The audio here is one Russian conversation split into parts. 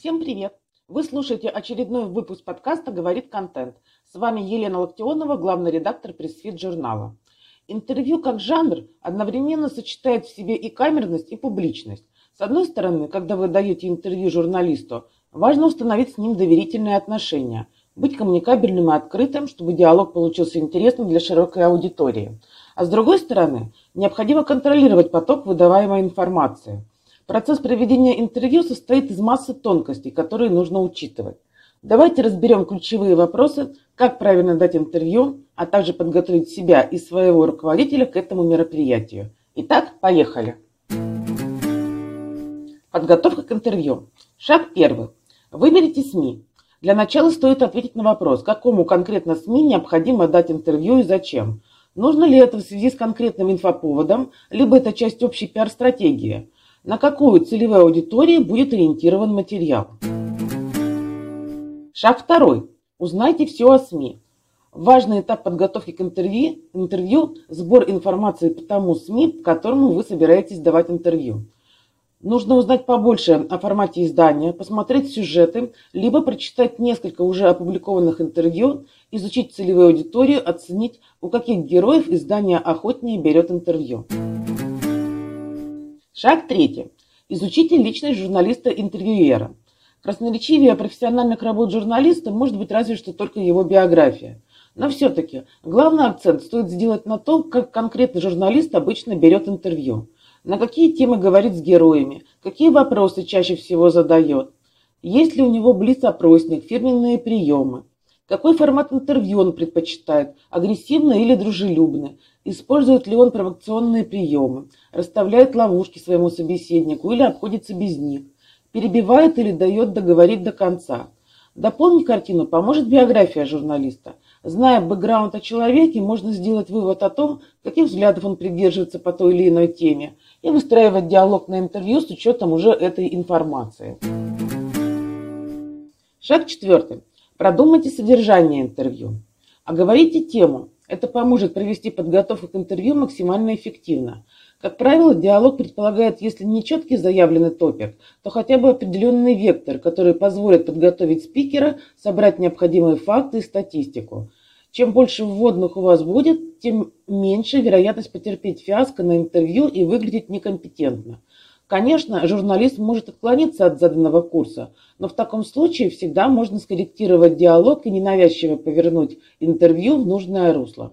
Всем привет! Вы слушаете очередной выпуск подкаста «Говорит контент». С вами Елена Локтионова, главный редактор пресс-фит журнала. Интервью как жанр одновременно сочетает в себе и камерность, и публичность. С одной стороны, когда вы даете интервью журналисту, важно установить с ним доверительные отношения, быть коммуникабельным и открытым, чтобы диалог получился интересным для широкой аудитории. А с другой стороны, необходимо контролировать поток выдаваемой информации. Процесс проведения интервью состоит из массы тонкостей, которые нужно учитывать. Давайте разберем ключевые вопросы, как правильно дать интервью, а также подготовить себя и своего руководителя к этому мероприятию. Итак, поехали. Подготовка к интервью. Шаг первый. Выберите СМИ. Для начала стоит ответить на вопрос, какому конкретно СМИ необходимо дать интервью и зачем. Нужно ли это в связи с конкретным инфоповодом, либо это часть общей пиар-стратегии. На какую целевую аудиторию будет ориентирован материал. Шаг второй. Узнайте все о СМИ. Важный этап подготовки к интервью – сбор информации по тому СМИ, которому вы собираетесь давать интервью. Нужно узнать побольше о формате издания, посмотреть сюжеты, либо прочитать несколько уже опубликованных интервью, изучить целевую аудиторию, оценить, у каких героев издание охотнее берет интервью. Шаг третий. Изучите личность журналиста-интервьюера. Красноречивее профессиональных работ журналиста может быть разве что только его биография. Но все-таки главный акцент стоит сделать на том, как конкретно журналист обычно берет интервью. На какие темы говорит с героями, какие вопросы чаще всего задает. Есть ли у него блиц-опросник, фирменные приемы. Какой формат интервью он предпочитает, агрессивный или дружелюбный. Использует ли он провокационные приемы, расставляет ловушки своему собеседнику или обходится без них, перебивает или дает договорить до конца. Дополнить картину поможет биография журналиста. Зная бэкграунд о человеке, можно сделать вывод о том, каких взглядов он придерживается по той или иной теме, и выстраивать диалог на интервью с учетом уже этой информации. Шаг четвертый. Продумайте содержание интервью. Оговорите тему. Это поможет провести подготовку к интервью максимально эффективно. Как правило, диалог предполагает, если не четкий заявленный топик, то хотя бы определенный вектор, который позволит подготовить спикера, собрать необходимые факты и статистику. Чем больше вводных у вас будет, тем меньше вероятность потерпеть фиаско на интервью и выглядеть некомпетентно. Конечно, журналист может отклониться от заданного курса, но в таком случае всегда можно скорректировать диалог и ненавязчиво повернуть интервью в нужное русло.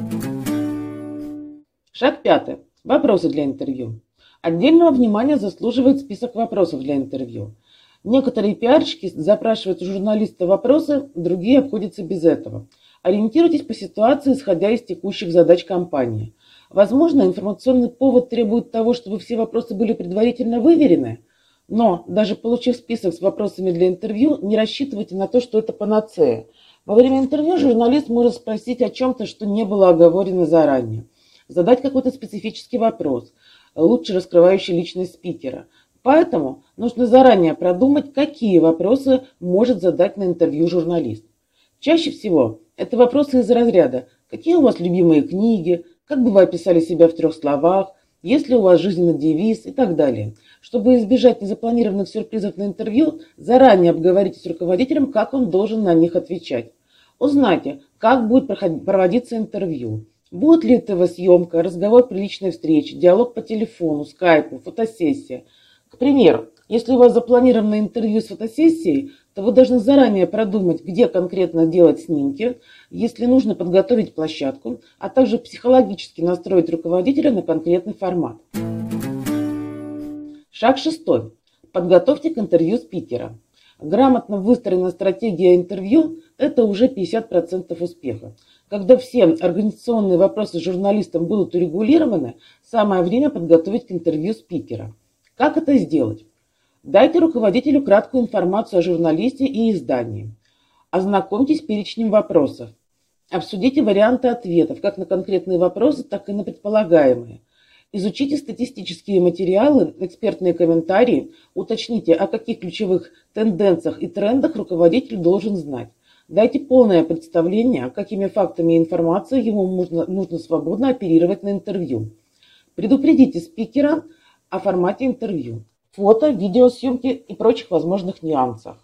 Шаг пятый. Вопросы для интервью. Отдельного внимания заслуживает список вопросов для интервью. Некоторые пиарщики запрашивают у журналиста вопросы, другие обходятся без этого. Ориентируйтесь по ситуации, исходя из текущих задач компании. Возможно, информационный повод требует того, чтобы все вопросы были предварительно выверены, но даже получив список с вопросами для интервью, не рассчитывайте на то, что это панацея. Во время интервью журналист может спросить о чем-то, что не было оговорено заранее, задать какой-то специфический вопрос, лучше раскрывающий личность спикера. Поэтому нужно заранее продумать, какие вопросы может задать на интервью журналист. Чаще всего это вопросы из разряда «Какие у вас любимые книги?», «Как бы вы описали себя в 3 словах?», «Есть ли у вас жизненный девиз?» и так далее. Чтобы избежать незапланированных сюрпризов на интервью, заранее обговорите с руководителем, как он должен на них отвечать. Узнайте, как будет проводиться интервью. Будет ли ТВ-съемка, разговор при личной встрече, диалог по телефону, скайпу, фотосессия. К примеру, если у вас запланировано интервью с фотосессией, то вы должны заранее продумать, где конкретно делать снимки, если нужно подготовить площадку, а также психологически настроить руководителя на конкретный формат. Шаг шестой. Подготовьте к интервью спикера. Грамотно выстроенная стратегия интервью – это уже 50% успеха. Когда все организационные вопросы с журналистом будут урегулированы, самое время подготовить к интервью спикера. Как это сделать? Дайте руководителю краткую информацию о журналисте и издании. Ознакомьтесь с перечнем вопросов. Обсудите варианты ответов как на конкретные вопросы, так и на предполагаемые. Изучите статистические материалы, экспертные комментарии, уточните, о каких ключевых тенденциях и трендах руководитель должен знать. Дайте полное представление, какими фактами и информацией ему нужно свободно оперировать на интервью. Предупредите спикера о формате интервью. фото, видеосъемки и прочих возможных нюансах.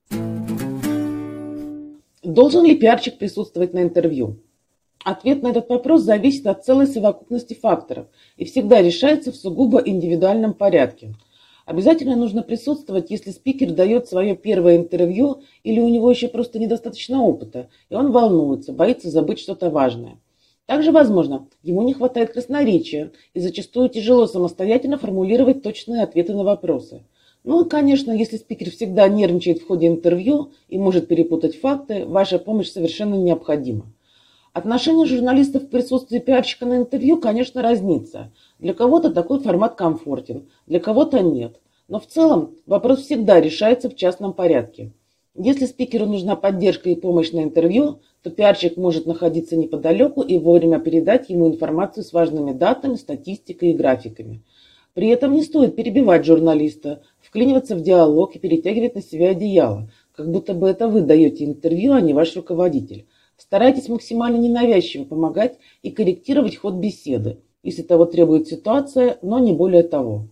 Должен ли пиарщик присутствовать на интервью? Ответ на этот вопрос зависит от целой совокупности факторов и всегда решается в сугубо индивидуальном порядке. Обязательно нужно присутствовать, если спикер дает свое первое интервью или у него еще просто недостаточно опыта, и он волнуется, боится забыть что-то важное. Также, возможно, ему не хватает красноречия и зачастую тяжело самостоятельно формулировать точные ответы на вопросы. Ну и, конечно, если спикер всегда нервничает в ходе интервью и может перепутать факты, ваша помощь совершенно необходима. Отношение журналистов к присутствию пиарщика на интервью, конечно, разнится. Для кого-то такой формат комфортен, для кого-то нет. Но в целом вопрос всегда решается в частном порядке. Если спикеру нужна поддержка и помощь на интервью, то пиарщик может находиться неподалеку и вовремя передать ему информацию с важными датами, статистикой и графиками. При этом не стоит перебивать журналиста, вклиниваться в диалог и перетягивать на себя одеяло, как будто бы это вы даете интервью, а не ваш руководитель. Старайтесь максимально ненавязчиво помогать и корректировать ход беседы, если того требует ситуация, но не более того.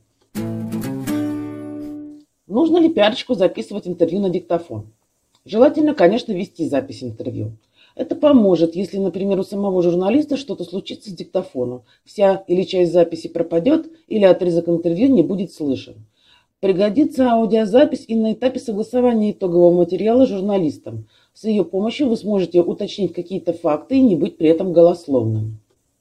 Нужно ли пиарщику записывать интервью на диктофон? Желательно, конечно, вести запись интервью. Это поможет, если, например, у самого журналиста что-то случится с диктофоном, вся или часть записи пропадет, или отрезок интервью не будет слышен. Пригодится аудиозапись и на этапе согласования итогового материала с журналистом. С ее помощью вы сможете уточнить какие-то факты и не быть при этом голословным.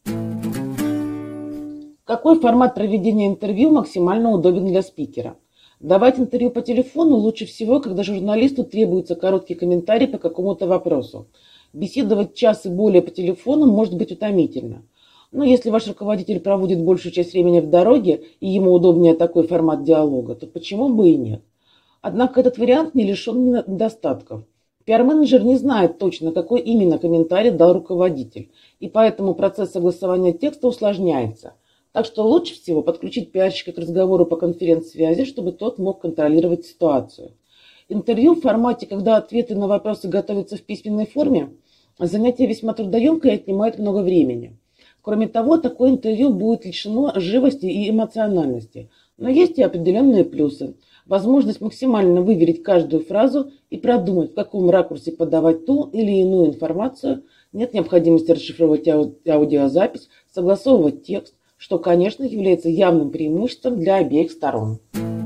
Какой формат проведения интервью максимально удобен для спикера? Давать интервью по телефону лучше всего, когда журналисту требуется короткий комментарий по какому-то вопросу. Беседовать час и более по телефону может быть утомительно. Но если ваш руководитель проводит большую часть времени в дороге и ему удобнее такой формат диалога, то почему бы и нет? Однако этот вариант не лишен недостатков. Пиар-менеджер не знает точно, какой именно комментарий дал руководитель, и поэтому процесс согласования текста усложняется. Так что лучше всего подключить пиарщика к разговору по конференц-связи, чтобы тот мог контролировать ситуацию. Интервью в формате, когда ответы на вопросы готовятся в письменной форме, занятие весьма трудоемкое и отнимает много времени. Кроме того, такое интервью будет лишено живости и эмоциональности. Но есть и определенные плюсы. Возможность максимально выверить каждую фразу и продумать, в каком ракурсе подавать ту или иную информацию. Нет необходимости расшифровать аудиозапись, согласовывать текст, что, конечно, является явным преимуществом для обеих сторон.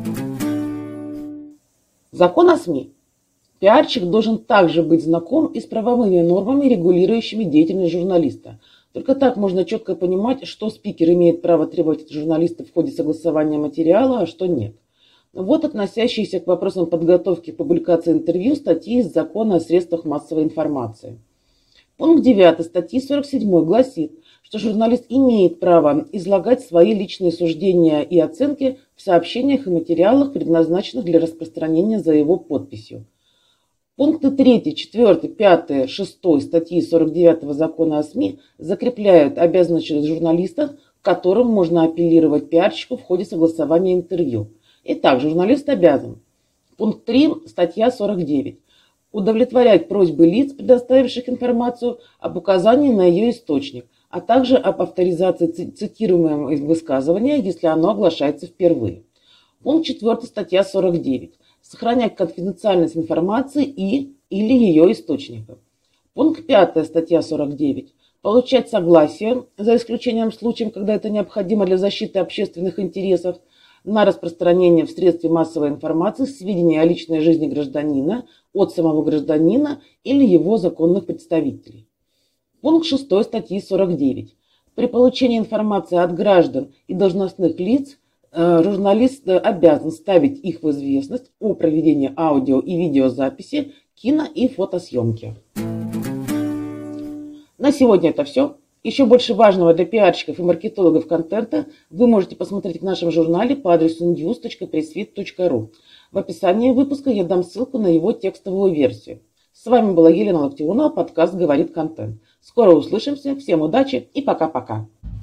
Закон о СМИ. Пиарщик должен также быть знаком и с правовыми нормами, регулирующими деятельность журналиста. Только так можно четко понимать, что спикер имеет право требовать от журналиста в ходе согласования материала, а что нет. Вот относящиеся к вопросам подготовки и публикации интервью статьи из Закона о средствах массовой информации. Пункт 9 статьи 47 гласит, что журналист имеет право излагать свои личные суждения и оценки в сообщениях и материалах, предназначенных для распространения за его подписью. Пункты 3, 4, 5, 6 статьи 49 Закона о СМИ закрепляют обязанности журналиста, к которым можно апеллировать пиарщику в ходе согласования интервью. Итак, журналист обязан. Пункт 3, статья 49. Удовлетворять просьбы лиц, предоставивших информацию, об указании на ее источник, а также об авторизации цитируемого высказывания, если оно оглашается впервые. Пункт 4, статья 49. Сохранять конфиденциальность информации или ее источника. Пункт 5, статья 49. Получать согласие, за исключением случаев, когда это необходимо для защиты общественных интересов, на распространение в средстве массовой информации сведений о личной жизни гражданина от самого гражданина или его законных представителей. Пункт 6 статьи 49. При получении информации от граждан и должностных лиц журналист обязан ставить их в известность о проведении аудио- и видеозаписи, кино- и фотосъемки. На сегодня это все. Еще больше важного для пиарщиков и маркетологов контента вы можете посмотреть в нашем журнале по адресу news.pressfit.ru. В описании выпуска я дам ссылку на его текстовую версию. С вами была Елена Локтионова, подкаст «Говорит контент». Скоро услышимся, всем удачи и пока-пока.